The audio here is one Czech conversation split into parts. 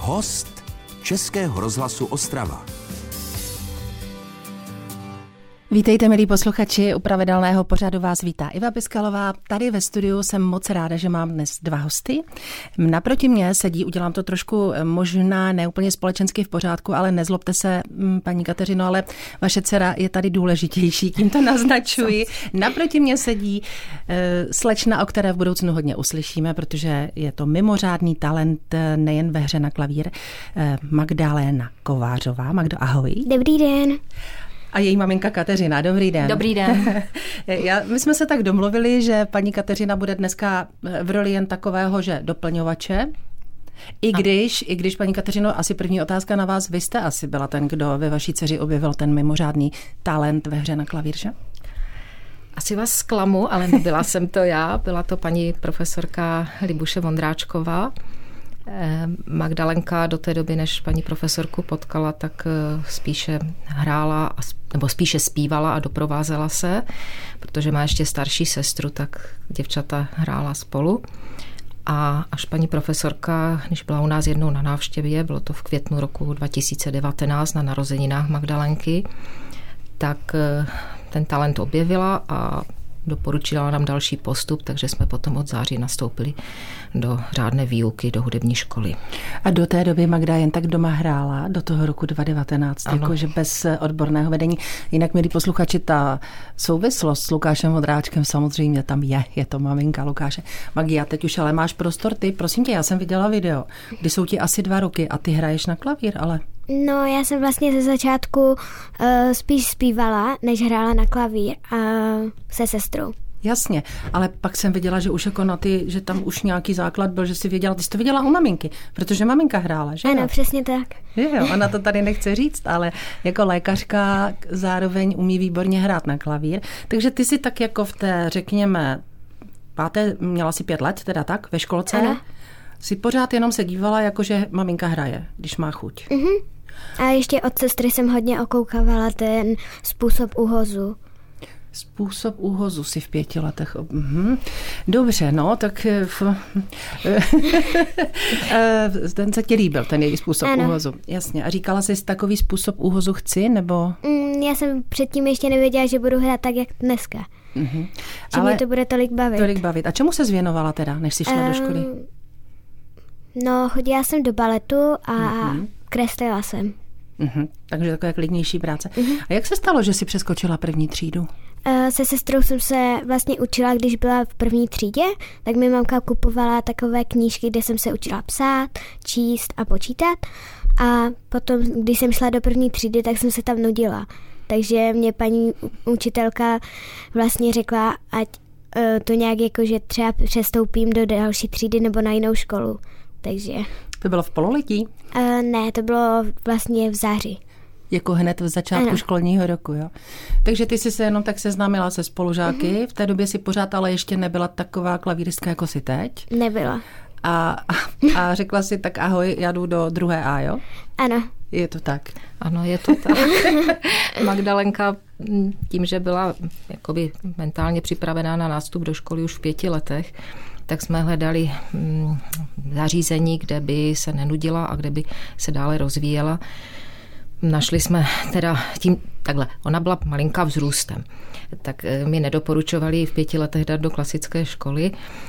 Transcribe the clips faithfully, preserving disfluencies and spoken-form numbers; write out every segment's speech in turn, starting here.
Host Českého rozhlasu Ostrava. Vítejte, milí posluchači, u pravidelného pořadu vás vítá Iva Piskalová. Tady ve studiu jsem moc ráda, že mám dnes dva hosty. Naproti mě sedí, udělám to trošku možná neúplně společensky v pořádku, ale nezlobte se, paní Kateřino, ale vaše dcera je tady důležitější, tím to naznačuji. Naproti mě sedí e, slečna, o které v budoucnu hodně uslyšíme, protože je to mimořádný talent nejen ve hře na klavír, e, Magdaléna Kovářová. Magdo, ahoj. Dobrý den. A její maminka Kateřina. Dobrý den. Dobrý den. Já, my jsme se tak domluvili, že paní Kateřina bude dneska v roli jen takového, že doplňovače. I když, i když, paní Kateřino, asi první otázka na vás, vy jste asi byla ten, kdo ve vaší dceři objevil ten mimořádný talent ve hře na klavír, že? Asi vás zklamu, ale nebyla jsem to já, byla to paní profesorka Libuše Vondráčková. Magdalenka do té doby, než paní profesorku potkala, tak spíše hrála, nebo spíše zpívala a doprovázela se, protože má ještě starší sestru, tak děvčata hrála spolu. A až paní profesorka, když byla u nás jednou na návštěvě, bylo to v květnu roku dva tisíce devatenáct na narozeninách Magdalenky, tak ten talent objevila a doporučila nám další postup, takže jsme potom od září nastoupili do řádné výuky, do hudební školy. A do té doby Magda jen tak doma hrála, do toho roku dva tisíce devatenáct, jakože bez odborného vedení. Jinak, milí posluchači, ta souvislost s Lukášem Vondráčkem samozřejmě tam je, je to maminka Lukáše. Magi, a teď už ale máš prostor ty, prosím tě, já jsem viděla video, kdy jsou ti asi dva roky a ty hraješ na klavír, ale... No, já jsem vlastně ze začátku uh, spíš zpívala, než hrála na klavír a se sestrou. Jasně, ale pak jsem viděla, že už jako na ty, že tam už nějaký základ byl, že jsi věděla, ty jsi to viděla u maminky, protože maminka hrála, že? Ano, jo? Přesně tak. Jo, ona to tady nechce říct, ale jako lékařka zároveň umí výborně hrát na klavír, takže ty si tak jako v té, řekněme, páté, měla si pět let, teda tak, ve školce, ano. Si pořád jenom se dívala, jakože maminka hraje, když má chuť. Uh-huh. A ještě od sestry jsem hodně okoukávala ten způsob úhozu. Způsob úhozu si v pěti letech. Mhm. Dobře, no, tak ten se ti líbil, ten její způsob ano. úhozu. Jasně. A říkala jsi, takový způsob úhozu chci, nebo? Mm, já jsem předtím ještě nevěděla, že budu hrát tak, jak dneska. Mhm. Že Ale mě to bude tolik bavit. Tolik bavit. A čemu se zvěnovala teda, než jsi šla um, do školy? No, chodila jsem do baletu a mhm. kreslila jsem. Mhm. Takže takové klidnější práce. Mhm. A jak se stalo, že jsi přeskočila první třídu? Se sestrou jsem se vlastně učila, když byla v první třídě, tak mi mamka kupovala takové knížky, kde jsem se učila psát, číst a počítat. A potom, když jsem šla do první třídy, tak jsem se tam nudila. Takže mě paní učitelka vlastně řekla, ať to nějak jako, že třeba přestoupím do další třídy nebo na jinou školu. Takže... To bylo v pololetí? Uh, ne, to bylo vlastně v září. Jako hned v začátku ano. školního roku, jo. Takže ty jsi se jenom tak seznámila se spolužáky, uh-huh. v té době si pořád ale ještě nebyla taková klavíristka, jako si teď. Nebyla. A, a řekla si, tak ahoj, já jdu do druhé A, jo? Ano. Je to tak? Ano, je to tak. Magdalenka tím, že byla jakoby mentálně připravená na nástup do školy už v pěti letech, tak jsme hledali hm, zařízení, kde by se nenudila a kde by se dále rozvíjela. Našli jsme teda tím, takhle, ona byla malinká vzrůstem, tak mi nedoporučovali v pěti letech dát do klasické školy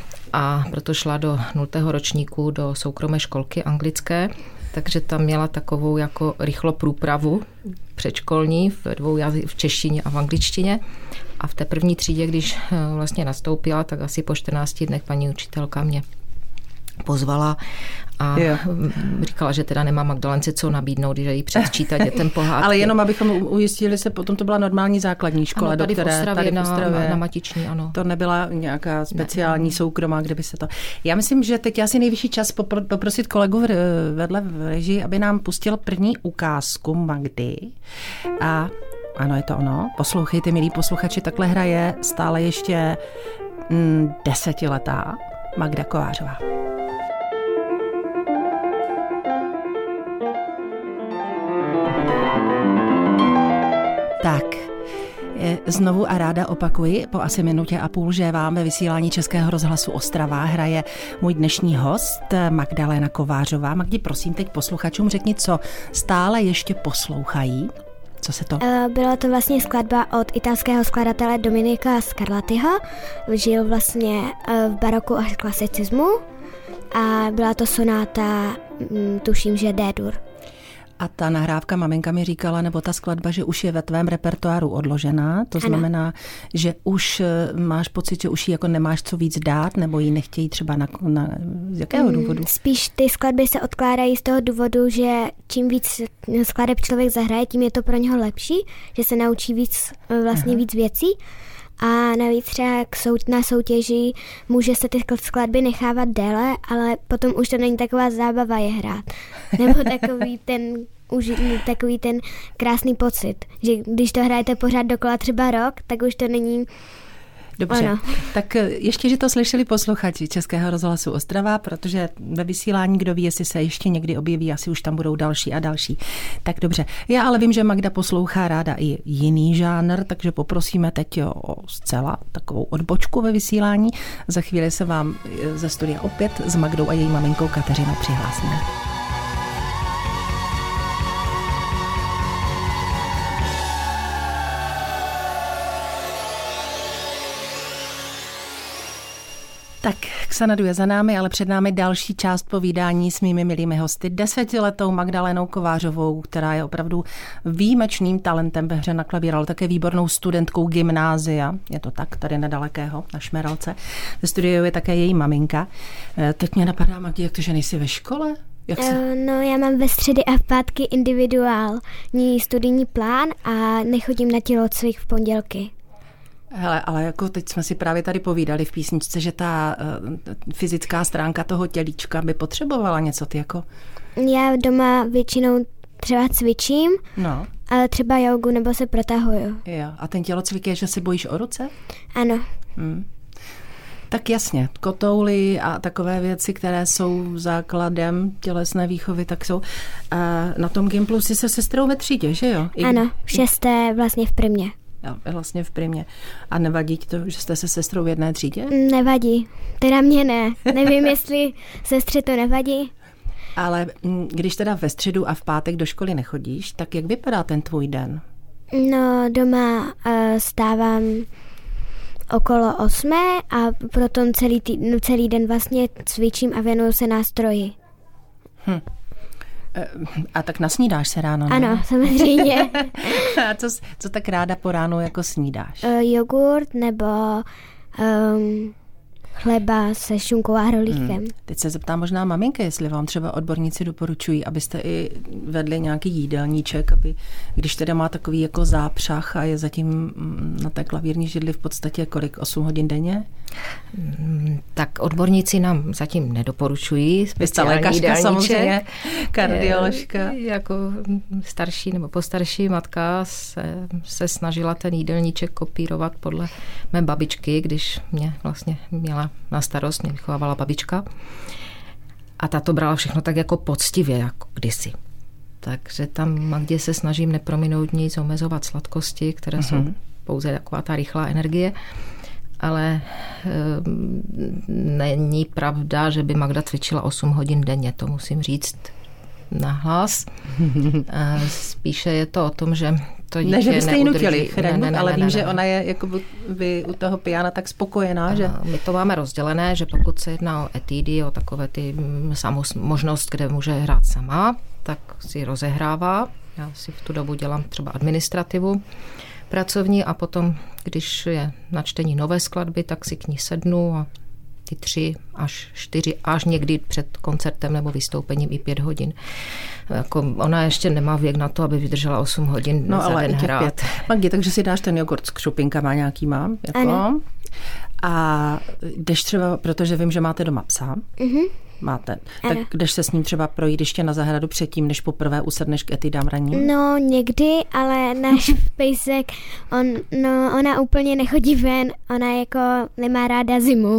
a proto šla do nultého ročníku do soukromé školky anglické, takže tam měla takovou jako rychlo průpravu předškolní v dvou jazycích, v češtině a v angličtině. A v té první třídě, když vlastně nastoupila, tak asi po čtrnácti dnech paní učitelka mě pozvala a jo. říkala, že teda nemá Magdalence co nabídnout, že jí předčítá dětem pohádky. Ale jenom abychom ujistili se, potom to byla normální základní škola, ano, tady do které v Ostravě, tady v Ostravě, na, na Matiční, ano. To nebyla nějaká speciální ne. soukromá, kde by se to... Já myslím, že teď asi nejvyšší čas popr- poprosit kolegu vedle v režii, aby nám pustil první ukázku Magdy. A ano, je to ono. Poslouchejte, milí posluchači, takhle hraje stále ještě mm, desetiletá Magda Kovářová. Tak, Znovu a ráda opakuji po asi minutě a půl, že vám ve vysílání Českého rozhlasu Ostrava hraje můj dnešní host Magdalena Kovářová. Magdi, prosím teď posluchačům řekni, co stále ještě poslouchají. Co se to? Byla to vlastně skladba od italského skladatele Dominika Scarlattiho. Žil vlastně v baroku až klasicismu a byla to sonáta, tuším, že D-dur. A ta nahrávka, maminka mi říkala, nebo ta skladba, že už je ve tvém repertoáru odložená, to znamená, ano. že už máš pocit, že už jí jako nemáš co víc dát, nebo ji nechtějí třeba na, na z jakého důvodu? Spíš ty skladby se odkládají z toho důvodu, že čím víc skladeb člověk zahraje, tím je to pro něho lepší, že se naučí víc, vlastně Aha. víc věcí. A navíc třeba na soutěži může se ty skladby nechávat déle, ale potom už to není taková zábava je hrát. Nebo takový ten, už, takový ten krásný pocit, že když to hrajete pořád dokola třeba rok, tak už to není... Dobře, ono. Tak ještě, že to slyšeli posluchači Českého rozhlasu Ostrava, protože ve vysílání, kdo ví, jestli se ještě někdy objeví, asi už tam budou další a další. Tak dobře, já ale vím, že Magda poslouchá ráda i jiný žánr, takže poprosíme teď o zcela takovou odbočku ve vysílání. Za chvíli se vám ze studia opět s Magdou a její maminkou Kateřinou přihlásíme. Tak, Xanadu je za námi, ale před námi další část povídání s mými milými hosty. Desetiletou Magdalenou Kovářovou, která je opravdu výjimečným talentem ve hře na klavír, ale také výbornou studentkou gymnázia. Je to tak, tady nedalekého, na Šmeralce. Ve studiu je také její maminka. Teď mě napadá, Magdi, jak to, že nejsi ve škole? Jak se... uh, no, já mám ve středy a v pátky individuální studijní plán a nechodím na tělocvik v pondělky. Hele, ale jako teď jsme si právě tady povídali v písničce, že ta uh, fyzická stránka toho tělíčka by potřebovala něco, ty jako... Já doma většinou třeba cvičím, no. ale třeba jogu nebo se protahuju. Jo, a ten tělocvik je, že se bojíš o ruce? Ano. Hmm. Tak jasně, kotouly a takové věci, které jsou základem tělesné výchovy, tak jsou. Uh, na tom Gimplu si se sestrou ve třídě, že jo? I... Ano, v šesté vlastně v primě. Jo, vlastně v primě. A nevadí ti to, že jste se sestrou v jedné třídě? Nevadí. Teda mě ne. Nevím, jestli sestře to nevadí. Ale když teda ve středu a v pátek do školy nechodíš, tak jak vypadá ten tvůj den? No, doma uh, stávám okolo osmé a potom celý, tý, no, celý den vlastně cvičím a věnuju se nástroji. Hm. A tak nasnídáš se ráno, ne? Ano, samozřejmě. A co, co tak ráda po ránu jako snídáš? Uh, jogurt nebo um, chleba se šunkou a rohlíkem. Hmm. Teď se zeptám možná maminky, jestli vám třeba odborníci doporučují, abyste i vedli nějaký jídelníček, aby když teda má takový jako zápřah a je zatím na té klavírní židli v podstatě kolik, osm hodin denně? Tak odborníci nám zatím nedoporučují speciální lékařka samozřejmě, kardioložka. Jako starší nebo postarší matka se, se snažila ten jídelníček kopírovat podle mé babičky, když mě vlastně měla na starost, mě vychovávala babička. A ta to brala všechno tak jako poctivě, jako kdysi. Takže tam Magdě se snažím neprominout nic, omezovat sladkosti, které mm-hmm. jsou pouze taková ta rychlá energie. Ale e, není pravda, že by Magda cvičila osm hodin denně, to musím říct nahlas. E, spíše je to o tom, že to dítě ne, že byste ji nutili, ne, ne, ne, ale ne, vím, ne, že ne. ona je jako by u toho piana tak spokojená, a že? My to máme rozdělené, že pokud se jedná o etídy, o takové ty samos, možnost, kde může hrát sama, tak si rozehrává. Já si v tu dobu dělám třeba administrativu pracovní a potom, když je na čtení nové skladby, tak si k ní sednu a ty tři až čtyři, až někdy před koncertem nebo vystoupením i pět hodin. Jako ona ještě nemá věk na to, aby vydržela osm hodin no, za ale den i hrát. Pět. Magdi, takže si dáš ten jogurt s křupinkama nějakýma? Jako? Ano. A jdeš třeba, protože vím, že máte doma psa, Mhm. máte. Ano. Tak jdeš se s ním třeba projít ještě na zahradu předtím, než poprvé usedneš k Etydám ranním? No někdy, ale náš pejsek, on, no, ona úplně nechodí ven, ona jako nemá ráda zimu.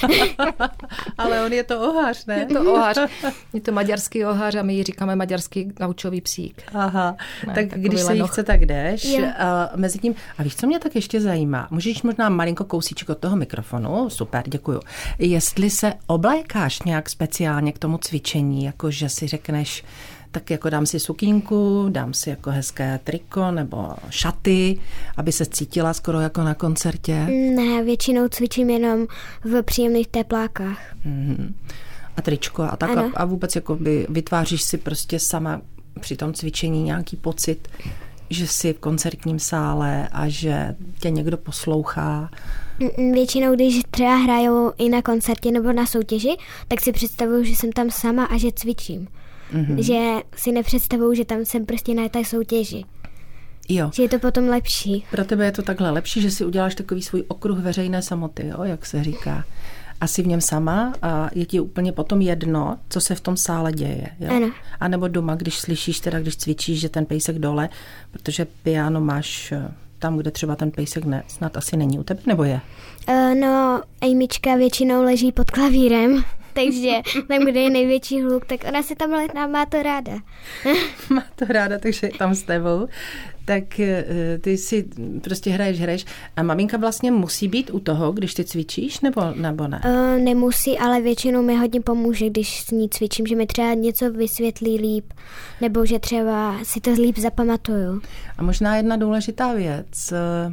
Ale on je to ohář, ne? Je to ohář. Je to maďarský ohář a my ji říkáme maďarský gaučový psík. Aha, Ne, tak když se jí chce, tak jdeš. A, mezi tím, a víš, co mě tak ještě zajímá? Můžeš možná malinko kousíček od toho mikrofonu? Super, děkuju. Jestli se oblékáš nějak speciálně k tomu cvičení, jako že si řekneš, tak jako dám si sukínku, dám si jako hezké triko nebo šaty, aby se cítila skoro jako na koncertě? Ne, většinou cvičím jenom v příjemných teplákách. Mm-hmm. A tričko a tak a, a vůbec jakoby vytváříš si prostě sama při tom cvičení nějaký pocit, že jsi v koncertním sále a že tě někdo poslouchá? Většinou, když třeba hrajou i na koncertě nebo na soutěži, tak si představuju, že jsem tam sama a že cvičím. Mm-hmm. Že si nepředstavuju, že tam jsem prostě na té soutěži. Jo. Že je to potom lepší. Pro tebe je to takhle lepší, že si uděláš takový svůj okruh veřejné samoty, jo, jak se říká. A jsi v něm sama a je ti úplně potom jedno, co se v tom sále děje. Jo? Ano. A nebo doma, když slyšíš, teda když cvičíš, že ten pejsek dole, protože piano máš tam, kde třeba ten pejsek ne, snad asi není u tebe, nebo je? Uh, no, Ejmička většinou leží pod klavírem, takže tam, kde je největší hluk, tak ona si tam letná, má to ráda. Má to ráda, takže je tam s tebou. Tak ty si prostě hraješ, hraješ. A maminka vlastně musí být u toho, když ty cvičíš, nebo, nebo ne? Uh, nemusí, ale většinou mi hodně pomůže, když s ní cvičím, že mi třeba něco vysvětlí líp, nebo že třeba si to líp zapamatuju. A možná jedna důležitá věc.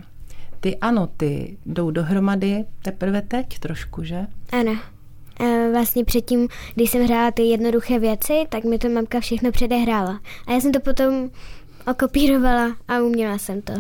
Ty anoty jdou dohromady teprve teď trošku, že? Ano. Vlastně předtím, když jsem hrála ty jednoduché věci, tak mi to mamka všechno předehrála. A já jsem to potom okopírovala a uměla jsem to.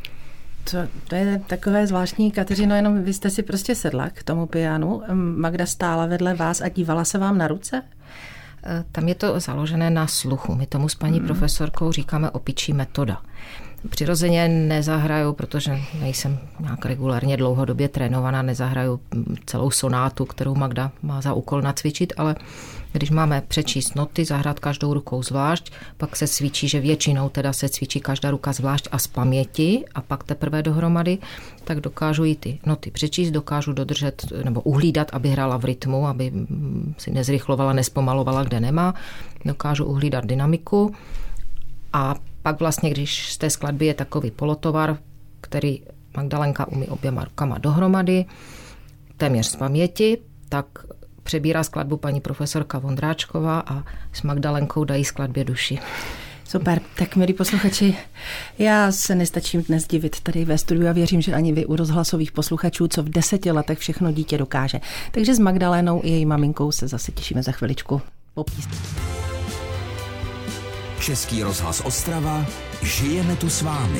To, to je takové zvláštní, Kateřino, jenom vy jste si prostě sedla k tomu pianu. Magda stála vedle vás a dívala se vám na ruce? Tam je to založené na sluchu. My tomu s paní hmm. profesorkou říkáme opičí metoda. Přirozeně nezahraju, protože nejsem nějak regulárně dlouhodobě trénovaná, nezahraju celou sonátu, kterou Magda má za úkol nacvičit, ale když máme přečíst noty, zahrát každou rukou zvlášť, pak se cvičí, že většinou teda se cvičí každá ruka zvlášť a z paměti a pak teprve dohromady, tak dokážu i ty noty přečíst, dokážu dodržet nebo uhlídat, aby hrála v rytmu, aby si nezrychlovala, nespomalovala, kde nemá, dokážu uhlídat dynamiku a pak vlastně, když z té skladby je takový polotovar, který Magdalenka umí oběma rukama dohromady, téměř z paměti, tak přebírá skladbu paní profesorka Vondráčková a s Magdalenkou dají skladbě duši. Super, tak milí posluchači, já se nestačím dnes divit tady ve studiu a věřím, že ani vy u rozhlasových posluchačů, co v deseti letech všechno dítě dokáže. Takže s Magdalénou i její maminkou se zase těšíme za chviličku po písni. Český rozhlas Ostrava, žijeme tu s vámi.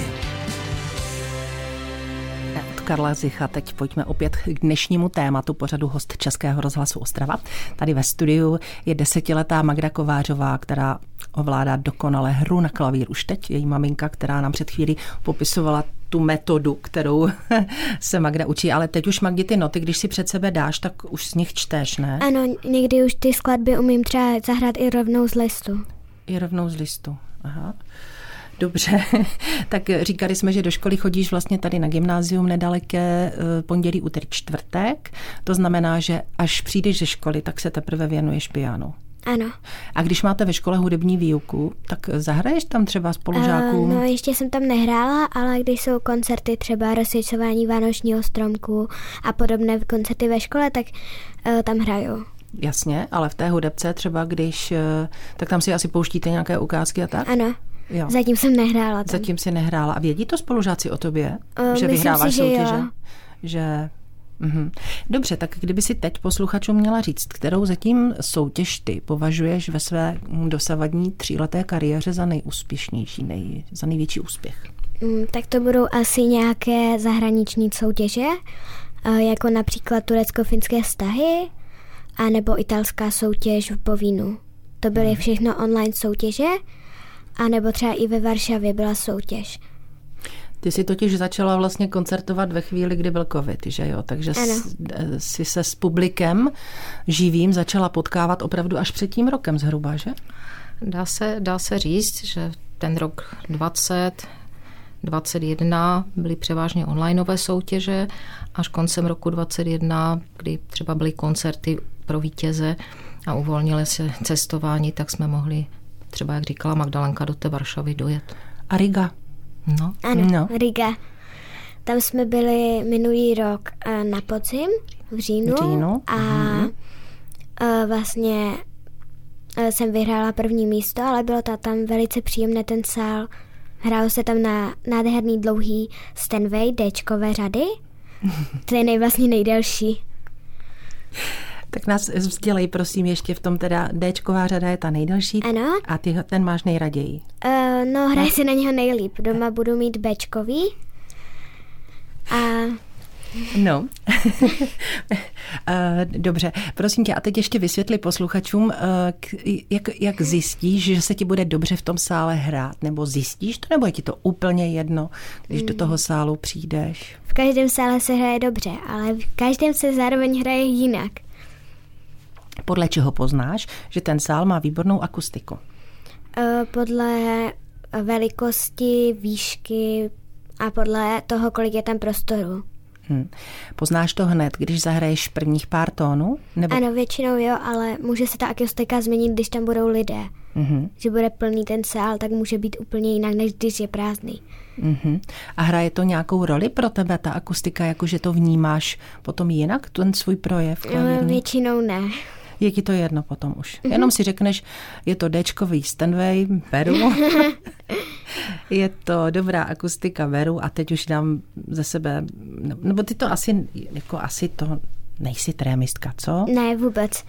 Od Karla Zicha teď pojďme opět k dnešnímu tématu pořadu host Českého rozhlasu Ostrava. Tady ve studiu je desetiletá Magda Kovářová, která ovládá dokonale hru na klavír. Už teď její maminka, která nám před chvílí popisovala tu metodu, kterou se Magda učí, ale teď už, Magdi, ty noty, když si před sebe dáš, tak už z nich čteš, ne? Ano, někdy už ty skladby umím třeba zahrát i rovnou z listu. I rovnou z listu, aha. Dobře, tak říkali jsme, že do školy chodíš vlastně tady na gymnázium nedaleké pondělí, úterý, čtvrtek. To znamená, že až přijdeš ze školy, tak se teprve věnuješ pianu. Ano. A když máte ve škole hudební výuku, tak zahraješ tam třeba spolužákům? Uh, no ještě jsem tam nehrála, ale když jsou koncerty, třeba rozsvěcování vánočního stromku a podobné koncerty ve škole, tak uh, tam hraju. Jasně, ale v té hudebce třeba, když, tak tam si asi pouštíte nějaké ukázky a tak? Ano. Jo. Zatím jsem nehrála tam. Zatím si nehrála. A vědí to spolužáci o tobě? Uh, že vyhráváš si, že soutěže? Jo. Že... Mhm. Dobře, tak kdyby si teď posluchačům měla říct, kterou zatím soutěž ty považuješ ve své dosavadní tříleté kariéře za nejúspěšnější, nej, za největší úspěch? Mm, tak to budou asi nějaké zahraniční soutěže, jako například turecko-finské vztahy, a nebo italská soutěž v Bovínu. To byly všechno online soutěže, a nebo třeba i ve Varšavě byla soutěž. Ty jsi totiž začala vlastně koncertovat ve chvíli, kdy byl covid, že jo? Takže jsi se s publikem živým začala potkávat opravdu až před tím rokem zhruba, že? Dá se, dá se říct, že ten rok dvacet dvacet jedna byly převážně onlineové soutěže, až koncem roku dvacet jedna, kdy třeba byly koncerty pro vítěze a uvolnili se cestování, tak jsme mohli třeba, jak říkala Magdalenka, do té Varšavy dojet. A Riga? No. Ano, no. Riga. Tam jsme byli minulý rok na podzim, v říjnu. V říjnu. A mhm. vlastně jsem vyhrála první místo, ale bylo to tam velice příjemné, ten sál. Hrálo se tam na nádherný dlouhý Steinway Dčkové řady. To je nejvlastně nejdelší. Tak nás vzdělej, prosím, ještě v tom teda Dčková řada je ta nejdelší. Ano. A ty ten máš nejraději. Uh, no, hraje se na něho nejlíp. Doma budu mít Bčkový. A... No. Dobře, prosím tě, a teď ještě vysvětli posluchačům, jak, jak zjistíš, že se ti bude dobře v tom sále hrát, nebo zjistíš to, nebo je ti to úplně jedno, když do toho sálu přijdeš? V každém sále se hraje dobře, ale v každém se zároveň hraje jinak. Podle čeho poznáš, že ten sál má výbornou akustiku? Podle velikosti, výšky a podle toho, kolik je tam prostoru. Hmm. Poznáš to hned, když zahraješ prvních pár tónů? Nebo... Ano, většinou jo, ale může se ta akustika změnit, když tam budou lidé. Mm-hmm. Že bude plný ten sál, tak může být úplně jinak, než když je prázdný. Mm-hmm. A hraje to nějakou roli pro tebe, ta akustika, jakože to vnímáš potom jinak, ten svůj projev klavírní? Většinou ne. Je ti to jedno potom už. Mm-hmm. Jenom si řekneš, je to Dčkový Steinway, beru. Je to dobrá akustika, beru a teď už dám ze sebe, nebo ty to asi, jako asi to nejsi trémistka, co? Ne, vůbec.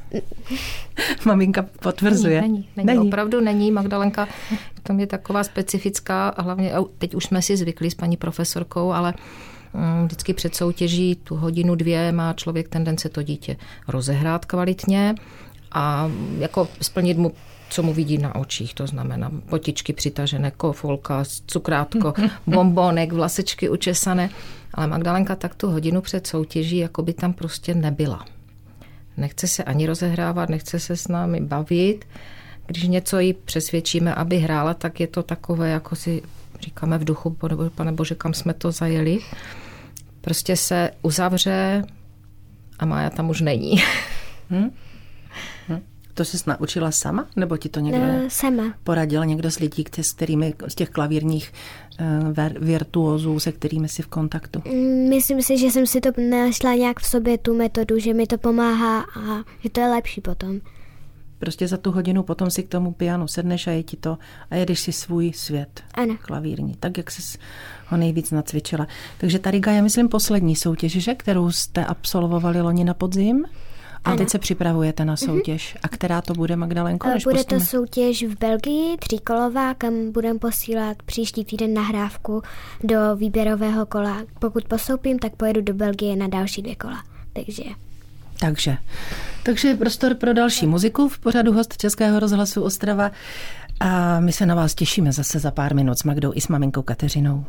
Maminka potvrzuje. Není, není, není. není. Opravdu není. Magdalenka tam je taková specifická a hlavně teď už jsme si zvykli s paní profesorkou, ale vždycky před soutěží tu hodinu, dvě má člověk tendence to dítě rozehrát kvalitně a jako splnit mu, co mu vidí na očích, to znamená potičky přitažené, kofolka, cukrátko, bombonek, vlasečky učesané. Ale Magdalenka tak tu hodinu před soutěží jako by tam prostě nebyla. Nechce se ani rozehrávat, nechce se s námi bavit. Když něco jí přesvědčíme, aby hrála, tak je to takové, jako si říkáme v duchu, pane Bože, kam jsme to zajeli. Prostě se uzavře a Mája tam už není. Hmm? Hmm. To jsi naučila sama? Nebo ti to někdo no, sama. poradil někdo z lidí, s kterými, z těch klavírních uh, virtuózů, se kterými jsi v kontaktu? Myslím si, že jsem si to našla nějak v sobě, tu metodu, že mi to pomáhá a že to je lepší potom. Prostě za tu hodinu potom si k tomu pianu sedneš a je ti to a jedeš si svůj svět ano. klavírní, tak jak jsi ho nejvíc nacvičila. Takže ta Riga je, myslím, poslední soutěž, že? Kterou jste absolvovali loni na podzim? A ano. Teď se připravujete na soutěž. Mm-hmm. A která to bude, Magdalenko? Bude pustíme? To soutěž v Belgii, tříkolová, kam budeme posílat příští týden nahrávku do výběrového kola. Pokud postoupím, tak pojedu do Belgie na další dvě kola. Takže... Takže, takže prostor pro další muziku v pořadu Host Českého rozhlasu Ostrava. A my se na vás těšíme zase za pár minut s Magdou i s maminkou Kateřinou.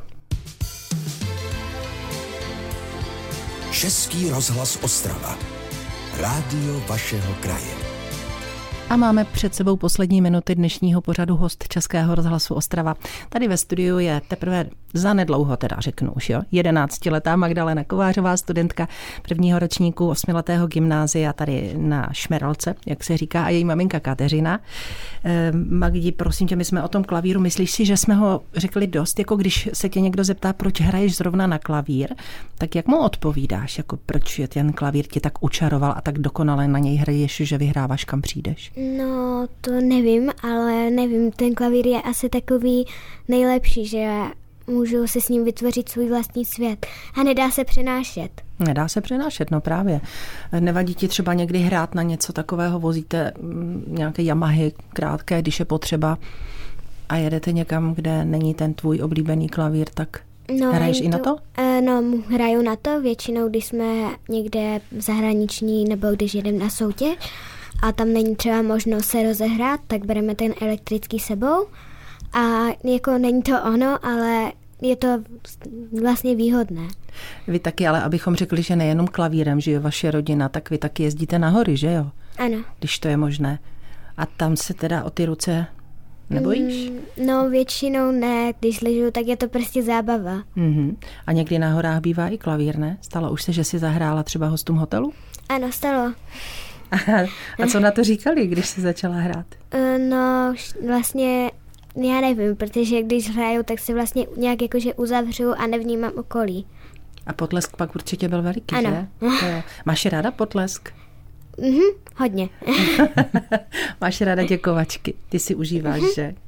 Český rozhlas Ostrava. Rádio vašeho kraje. A máme před sebou poslední minuty dnešního pořadu Host Českého rozhlasu Ostrava. Tady ve studiu je teprve zanedlouho, teda řeknu už, jo, jedenáctiletá Magdalena Kovářová, studentka prvního ročníku osmiletého gymnázia tady na Šmeralce, jak se říká, a její maminka Kateřina. Eh, Magdi, prosím tě, my jsme o tom klavíru, myslíš si, že jsme ho řekli dost, jako když se tě někdo zeptá, proč hraješ zrovna na klavír, tak jak mu odpovídáš, jako proč je ten klavír tě tak učaroval a tak dokonale na něj hraješ, že vyhráváš, kam přijdeš? No, to nevím, ale nevím, ten klavír je asi takový nejlepší, že můžu si s ním vytvořit svůj vlastní svět a nedá se přenášet. Nedá se přenášet, no právě. Nevadí ti třeba někdy hrát na něco takového, vozíte nějaké Yamahy krátké, když je potřeba a jedete někam, kde není ten tvůj oblíbený klavír, tak no, hraješ to, i na to? No, hraju na to většinou, když jsme někde zahraniční nebo když jedeme na soutěž a tam není třeba možnost se rozehrát, tak bereme ten elektrický sebou. A jako není to ono, ale je to vlastně výhodné. Vy taky, ale abychom řekli, že nejenom klavírem žije vaše rodina, tak vy taky jezdíte na hory, že jo? Ano. Když to je možné. A tam se teda o ty ruce nebojíš? Mm, no většinou ne, když lyžuju, tak je to prostě zábava. Mm-hmm. A někdy na horách bývá i klavír, ne? Stalo už se, že jsi zahrála třeba hostům hotelu? Ano, stalo. A co na to říkali, když jsi začala hrát? No vlastně já nevím, protože když hraju, tak se vlastně nějak jakože uzavřu a nevnímám okolí. A potlesk pak určitě byl veliký, ano. Že? To je. Máš ráda potlesk? Mhm, hodně. Máš ráda děkovačky, ty si užíváš, uh-huh. že?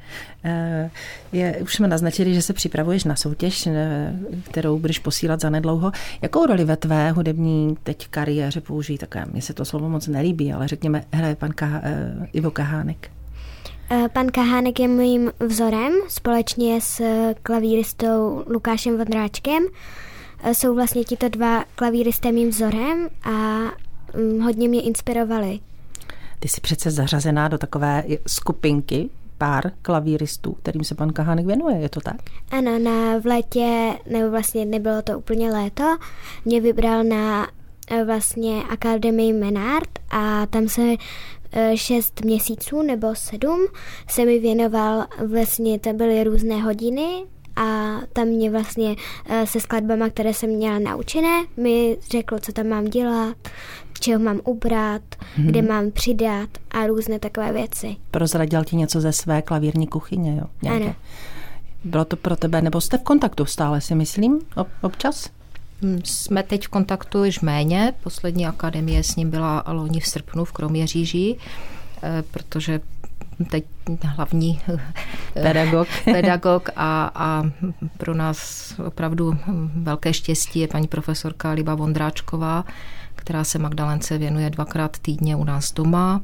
Je, už jsme naznačili, že se připravuješ na soutěž, kterou budeš posílat zanedlouho. Jakou roli ve tvé hudební teď kariéře použijí takové? Mně se to slovo moc nelíbí, ale řekněme, hraje pan Kaha, Ivo Kahánek. Pan Kahánek je mým vzorem společně s klavíristou Lukášem Vondráčkem. Jsou vlastně tito dva klavíristé mým vzorem a hodně mě inspirovali. Ty jsi přece zařazená do takové skupinky, pár klavíristů, kterým se pan Kahánek věnuje, je to tak? Ano, na v létě, nebo vlastně nebylo to úplně léto, mě vybral na vlastně Akademii Menard a tam se šest měsíců nebo sedm se mi věnoval, vlastně to byly různé hodiny a tam mě vlastně se skladbama, které jsem měla naučené, mi řekl, co tam mám dělat, čeho mám ubrat, hmm. kde mám přidat a různé takové věci. Prozradil ti něco ze své klavírní kuchyně, jo? Nějaké. Ano. Bylo to pro tebe, nebo jste v kontaktu stále, si myslím, občas? Jsme teď v kontaktu již méně. Poslední akademie s ním byla loni v srpnu v Kroměříži, protože teď hlavní pedagog, pedagog a, a pro nás opravdu velké štěstí je paní profesorka Liba Vondráčková, která se Magdalence věnuje dvakrát týdně u nás doma.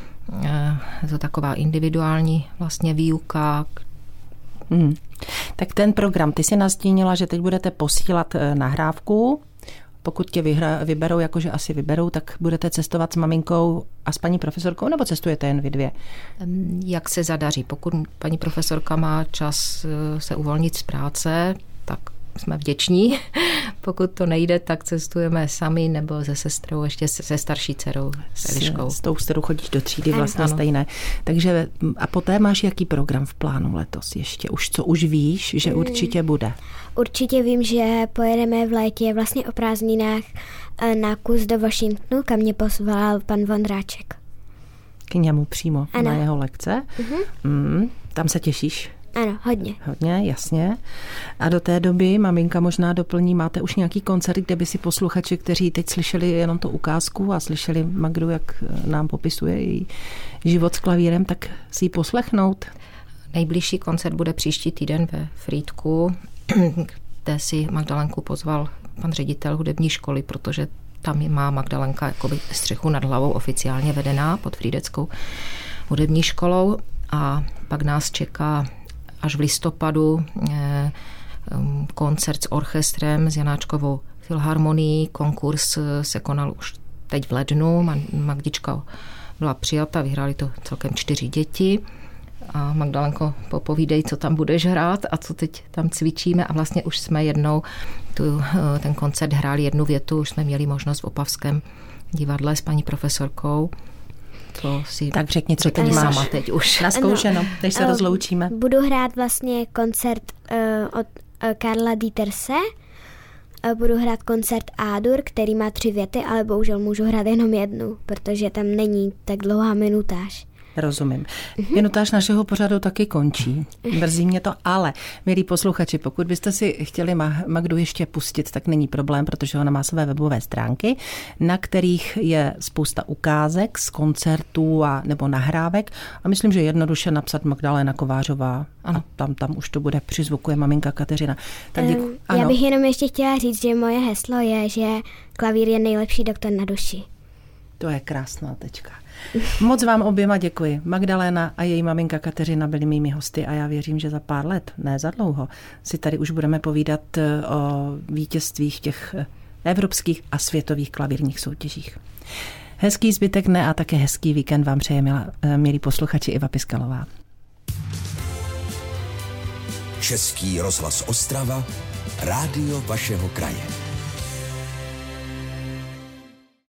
Je to taková individuální vlastně výuka. Hmm. Tak ten program, ty si nastínila, že teď budete posílat nahrávku. Pokud tě vyhra, vyberou, jakože asi vyberou, tak budete cestovat s maminkou a s paní profesorkou, nebo cestujete jen vy dvě? Jak se zadaří. Pokud paní profesorka má čas se uvolnit z práce, tak jsme vděční. Pokud to nejde, tak cestujeme sami nebo se sestrou, ještě se starší dcerou, s Eliškou. S tou dcerou chodíš do třídy vlastně ano. Stejné. Takže a poté máš jaký program v plánu letos ještě? Už co už víš, že určitě bude? Určitě vím, že pojedeme v létě vlastně o prázdninách na kus do Washingtonu, kam mě pozval pan Vondráček. K němu přímo ano. Na jeho lekce? Uh-huh. Mm, tam se těšíš? Ano, hodně. Hodně, jasně. A do té doby maminka možná doplní, máte už nějaký koncert, kde by si posluchači, kteří teď slyšeli jenom tu ukázku a slyšeli Magdu, jak nám popisuje její život s klavírem, tak si ji poslechnout? Nejbližší koncert bude příští týden ve Frýdku, kde si Magdalenku pozval pan ředitel hudební školy, protože tam má Magdalenka jakoby střechu nad hlavou oficiálně vedená pod Frýdeckou hudební školou a pak nás čeká až v listopadu eh, koncert s orchestrem, s Janáčkovou filharmonií. Konkurs se konal už teď v lednu. Magdička byla přijata, vyhráli to celkem čtyři děti. A Magdalenko, popovídej, co tam budeš hrát a co teď tam cvičíme. A vlastně už jsme jednou tu, ten koncert hráli jednu větu, už jsme měli možnost v Opavském divadle s paní profesorkou. To si tak řekni, co teď máš teď už naskoušeno, než se uh, rozloučíme. Budu hrát vlastně koncert uh, od uh, Karla Dieterse. Uh, budu hrát koncert A-dur, který má tři věty, ale bohužel můžu hrát jenom jednu, protože tam není tak dlouhá minutáž. Rozumím. Uh-huh. Minutáž našeho pořadu taky končí. Mrzí mě to, ale milí posluchači, pokud byste si chtěli Magdu ještě pustit, tak není problém, protože ona má své webové stránky, na kterých je spousta ukázek z koncertů a nebo nahrávek a myslím, že jednoduše napsat Magdalena Kovářová. Ano, tam, tam už to bude, přizvukuje maminka Kateřina. Tak děku... um, já bych jenom ještě chtěla říct, že moje heslo je, že klavír je nejlepší doktor na duši. To je krásná tečka. Moc vám oběma děkuji. Magdalena a její maminka Kateřina byli mými hosty a já věřím, že za pár let, ne za dlouho, si tady už budeme povídat o vítězstvích těch evropských a světových klavírních soutěžích. Hezký zbytek dne a také hezký víkend vám přeje, milí posluchači, Iva Piskalová. Český rozhlas Ostrava, rádio vašeho kraje.